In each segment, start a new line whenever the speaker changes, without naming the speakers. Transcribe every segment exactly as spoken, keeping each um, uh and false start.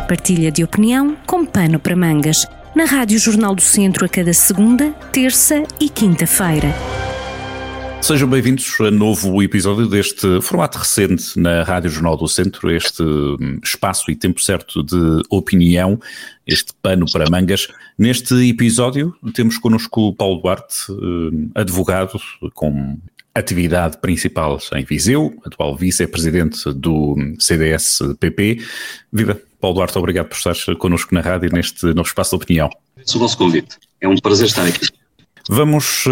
partilha de opinião com pano para mangas. Na Rádio Jornal do Centro a cada segunda, terça e quinta-feira.
Sejam bem-vindos a novo episódio deste formato recente na Rádio Jornal do Centro, este espaço e tempo certo de opinião, este pano para mangas. Neste episódio temos connosco o Paulo Duarte, advogado com atividade principal em Viseu, atual vice-presidente do C D S P P. Viva, Paulo Duarte, obrigado por estar connosco na rádio neste novo espaço de opinião.
Agradeço o vosso convite, é um prazer estar aqui.
Vamos,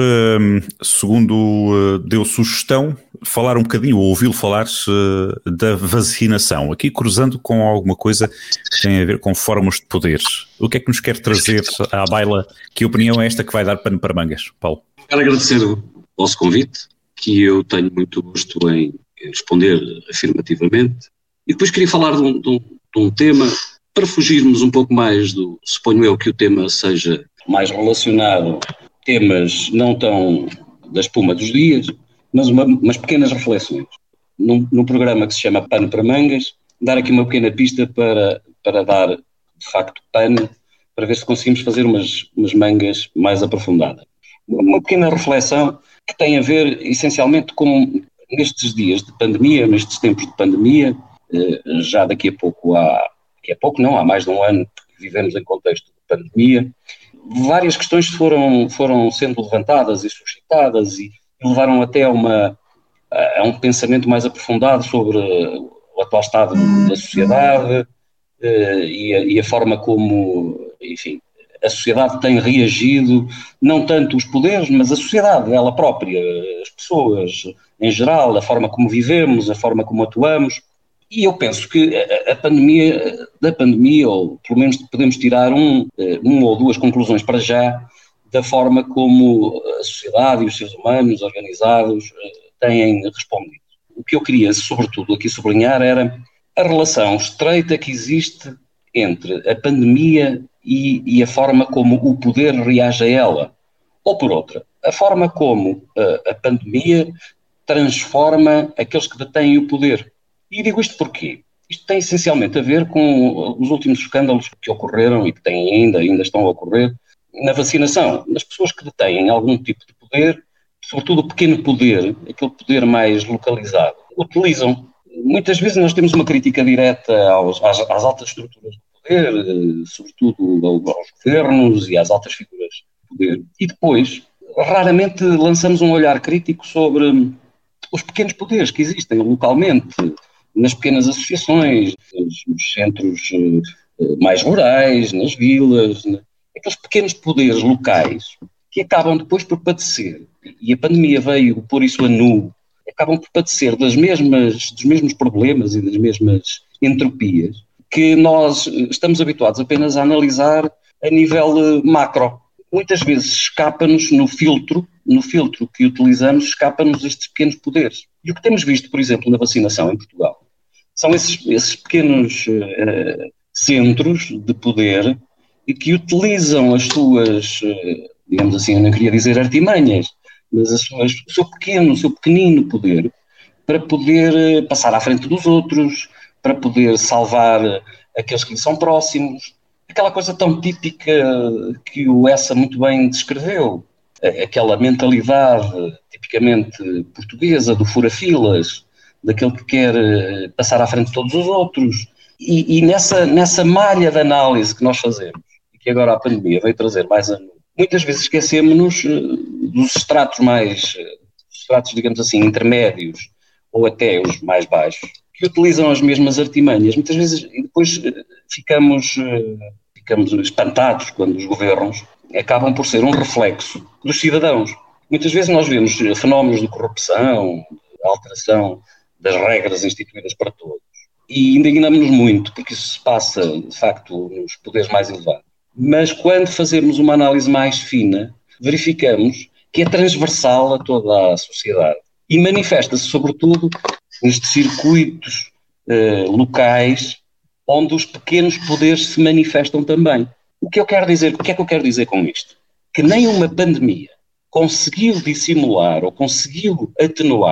segundo deu sugestão, falar um bocadinho, ou ouvi-lo falar da vacinação, aqui cruzando com alguma coisa que tem a ver com formas de poder. O que é que nos quer trazer à baila? Que opinião é esta que vai dar pano para mangas, Paulo?
Quero agradecer o vosso convite, que eu tenho muito gosto em responder afirmativamente, e depois queria falar de um, de um, de um tema, para fugirmos um pouco mais do, suponho eu que o tema seja mais relacionado temas não tão da espuma dos dias, mas uma, umas pequenas reflexões. Num, num programa que se chama Pano para Mangas, dar aqui uma pequena pista para, para dar, de facto, pano, para ver se conseguimos fazer umas, umas mangas mais aprofundadas. Uma pequena reflexão que tem a ver, essencialmente, com nestes dias de pandemia, nestes tempos de pandemia, já daqui a pouco há, daqui a pouco não, há mais de um ano que vivemos em contexto de pandemia, várias questões foram, foram sendo levantadas e suscitadas e levaram até a, uma, a um pensamento mais aprofundado sobre o atual estado da sociedade e a, e a forma como, enfim, a sociedade tem reagido, não tanto os poderes, mas a sociedade, ela própria, as pessoas em geral, a forma como vivemos, a forma como atuamos. E eu penso que a pandemia, da pandemia, ou pelo menos podemos tirar um, uma ou duas conclusões para já, da forma como a sociedade e os seres humanos organizados têm respondido. O que eu queria, sobretudo, aqui sublinhar era a relação estreita que existe entre a pandemia e, e a forma como o poder reage a ela. Ou por outra, a forma como a, a pandemia transforma aqueles que detêm o poder. E digo isto porquê? Isto tem essencialmente a ver com os últimos escândalos que ocorreram e que têm ainda, ainda estão a ocorrer na vacinação. Nas pessoas que detêm algum tipo de poder, sobretudo o pequeno poder, aquele poder mais localizado, utilizam. Muitas vezes nós temos uma crítica direta aos, às, às altas estruturas de poder, sobretudo aos governos e às altas figuras de poder. E depois, raramente lançamos um olhar crítico sobre os pequenos poderes que existem localmente, nas pequenas associações, nos centros mais rurais, nas vilas, aqueles pequenos poderes locais que acabam depois por padecer, e a pandemia veio pôr isso a nu, acabam por padecer das mesmas, dos mesmos problemas e das mesmas entropias que nós estamos habituados apenas a analisar a nível macro. Muitas vezes escapa-nos no filtro, no filtro que utilizamos, escapa-nos estes pequenos poderes. E o que temos visto, por exemplo, na vacinação em Portugal, são esses, esses pequenos uh, centros de poder e que utilizam as suas, uh, digamos assim, eu não queria dizer artimanhas, mas as suas, o seu pequeno, o seu pequenino poder para poder uh, passar à frente dos outros, para poder salvar uh, aqueles que lhe são próximos. Aquela coisa tão típica que o Essa muito bem descreveu, aquela mentalidade tipicamente portuguesa do fura-filas, daquele que quer passar à frente de todos os outros, e, e nessa, nessa malha de análise que nós fazemos, e que agora a pandemia veio trazer mais a nu, muitas vezes esquecemos-nos dos estratos mais, estratos, digamos assim, intermédios, ou até os mais baixos, que utilizam as mesmas artimanhas, muitas vezes, e depois ficamos, ficamos espantados quando os governos acabam por ser um reflexo dos cidadãos. Muitas vezes nós vemos fenómenos de corrupção, de alteração das regras instituídas para todos, e indignamos-nos muito, porque isso se passa, de facto, nos poderes mais elevados. Mas quando fazemos uma análise mais fina, verificamos que é transversal a toda a sociedade e manifesta-se, sobretudo, nestes circuitos uh, locais onde os pequenos poderes se manifestam também. O que eu quero dizer, o que é que eu quero dizer com isto? Que nem uma pandemia conseguiu dissimular ou conseguiu atenuar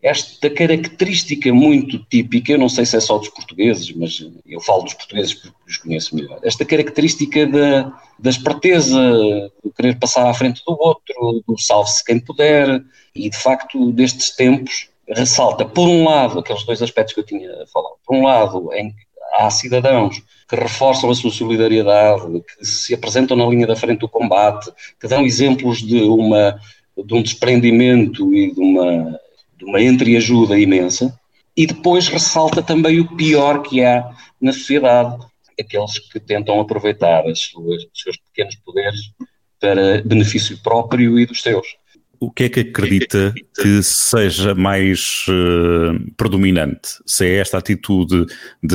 esta característica muito típica, eu não sei se é só dos portugueses, mas eu falo dos portugueses porque os conheço melhor, esta característica da, da esperteza, do querer passar à frente do outro, do salve-se quem puder, e de facto destes tempos ressalta, por um lado, aqueles dois aspectos que eu tinha falado, por um lado em que há cidadãos que reforçam a sua solidariedade, que se apresentam na linha da frente do combate, que dão exemplos de, uma, de um desprendimento e de uma, de uma entreajuda imensa, e depois ressalta também o pior que há na sociedade, aqueles que tentam aproveitar as suas, os seus pequenos poderes para benefício próprio e dos seus.
O que é que acredita que seja mais uh, predominante? Se é esta atitude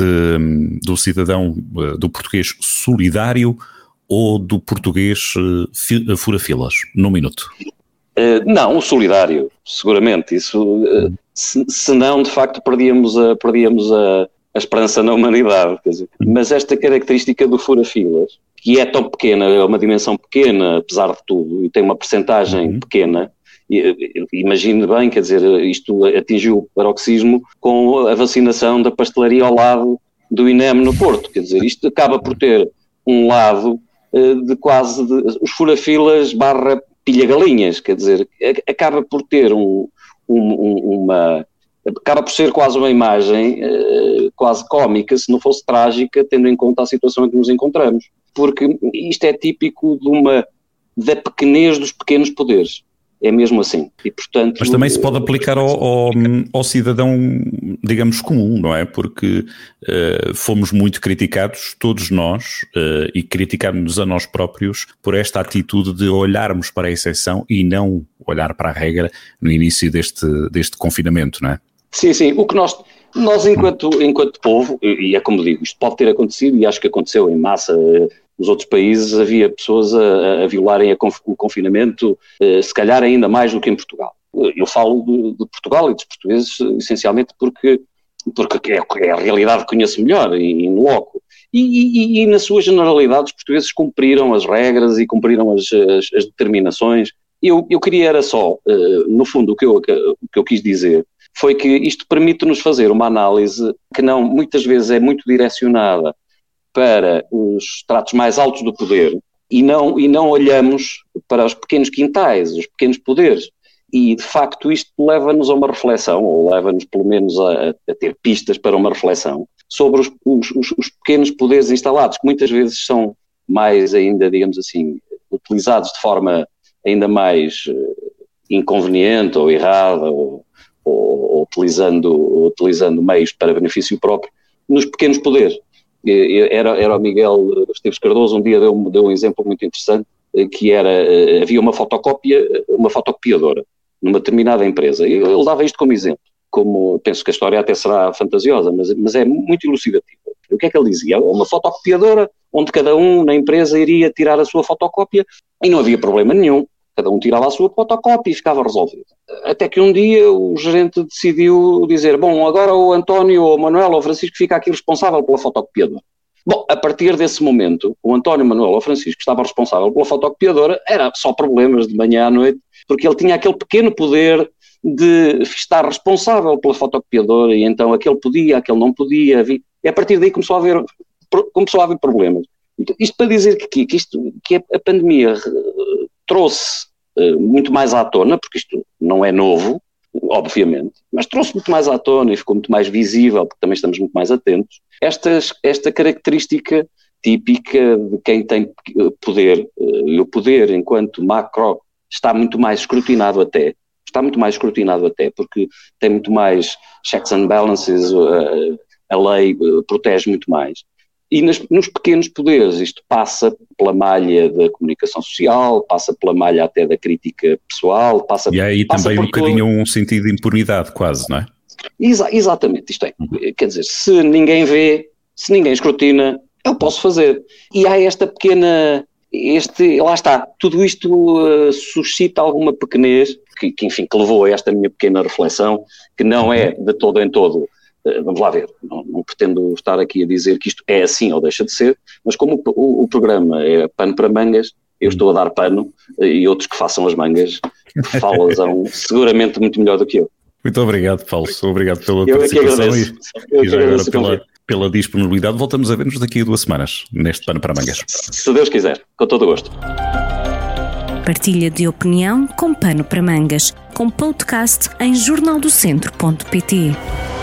de, do cidadão, uh, do português solidário ou do português uh, fura-filas? Num minuto.
Uh, não, o solidário, seguramente. Isso, uh, se, se não, de facto, perdíamos a, perdíamos a, a esperança na humanidade. Quer dizer. Mas esta característica do fura-filas, que é tão pequena, é uma dimensão pequena, apesar de tudo, e tem uma percentagem uhum. pequena, imagine bem, quer dizer, isto atingiu o paroxismo com a vacinação da pastelaria ao lado do INEM no Porto, quer dizer, isto acaba por ter um lado uh, de quase, de, os fura-filas barra pilha-galinhas, quer dizer, acaba por ter um, um, uma, acaba por ser quase uma imagem uh, quase cómica, se não fosse trágica, tendo em conta a situação em que nos encontramos, porque isto é típico de uma, da pequenez dos pequenos poderes. É mesmo assim. E, portanto,
mas também se pode aplicar ao, ao, ao cidadão, digamos, comum, não é? Porque uh, fomos muito criticados, todos nós, uh, e criticámos-nos a nós próprios por esta atitude de olharmos para a exceção e não olhar para a regra no início deste, deste confinamento, não é?
Sim, sim. O que nós, nós enquanto, enquanto povo, e é como digo, isto pode ter acontecido e acho que aconteceu em massa. Nos outros países havia pessoas a, a violarem a conf, o confinamento, eh, se calhar ainda mais do que em Portugal. Eu falo de, de Portugal e dos portugueses essencialmente porque, porque é, é a realidade que conheço melhor e no loco. E, e, e na sua generalidade os portugueses cumpriram as regras e cumpriram as, as, as determinações. Eu, eu queria era só, eh, no fundo o que, eu, o que eu quis dizer foi que isto permite-nos fazer uma análise que não, muitas vezes é muito direcionada para os tratos mais altos do poder e não, e não olhamos para os pequenos quintais, os pequenos poderes. E, de facto, isto leva-nos a uma reflexão, ou leva-nos, pelo menos, a, a ter pistas para uma reflexão sobre os, os, os pequenos poderes instalados, que muitas vezes são mais ainda, digamos assim, utilizados de forma ainda mais uh, inconveniente ou errada, ou, ou, ou, utilizando, ou utilizando meios para benefício próprio, nos pequenos poderes. Era, era o Miguel Esteves Cardoso, um dia deu, deu um exemplo muito interessante, que era, havia uma fotocópia, uma fotocopiadora numa determinada empresa, e ele dava isto como exemplo, como, penso que a história até será fantasiosa, mas, mas é muito elucidativa. O que é que ele dizia? Uma fotocopiadora onde cada um na empresa iria tirar a sua fotocópia e não havia problema nenhum, cada um tirava a sua fotocópia e ficava resolvido. Até que um dia o gerente decidiu dizer, bom, agora o António, ou o Manuel, ou o Francisco fica aqui responsável pela fotocopiadora. Bom, a partir desse momento, o António, o Manuel ou o Francisco, que estava responsável pela fotocopiadora, era só problemas de manhã à noite, porque ele tinha aquele pequeno poder de estar responsável pela fotocopiadora e então aquele podia, aquele não podia, e a partir daí começou a haver, começou a haver problemas. Isto para dizer que, que, isto, que a pandemia trouxe uh, muito mais à tona, porque isto não é novo, obviamente, mas trouxe muito mais à tona e ficou muito mais visível, porque também estamos muito mais atentos, Estas, esta característica típica de quem tem poder, uh, e o poder enquanto macro está muito mais escrutinado até, está muito mais escrutinado até, porque tem muito mais checks and balances, uh, a lei uh, protege muito mais. E nas, nos pequenos poderes isto passa pela malha da comunicação social, passa pela malha até da crítica pessoal, passa...
E aí
passa
também um bocadinho todo... um sentido de impunidade quase, não é?
Exa- exatamente, isto é, quer dizer, se ninguém vê, se ninguém escrutina, eu posso fazer. E há esta pequena, este, lá está, tudo isto uh, suscita alguma pequenez, que, que enfim, que levou a esta minha pequena reflexão, que não é de todo em todo... Vamos lá ver, não, não pretendo estar aqui a dizer que isto é assim ou deixa de ser, mas como o, o, o programa é pano para mangas, eu estou a dar pano e outros que façam as mangas falam seguramente muito melhor do que eu.
Muito obrigado, Paulo. Obrigado pela
Eu
participação e,
Eu
e já agora pela, pela disponibilidade. Voltamos a ver-nos daqui a duas semanas, neste Pano para Mangas.
Se Deus quiser, com todo o gosto.
Partilha de opinião com Pano para Mangas, com podcast em jornal do centro ponto pt.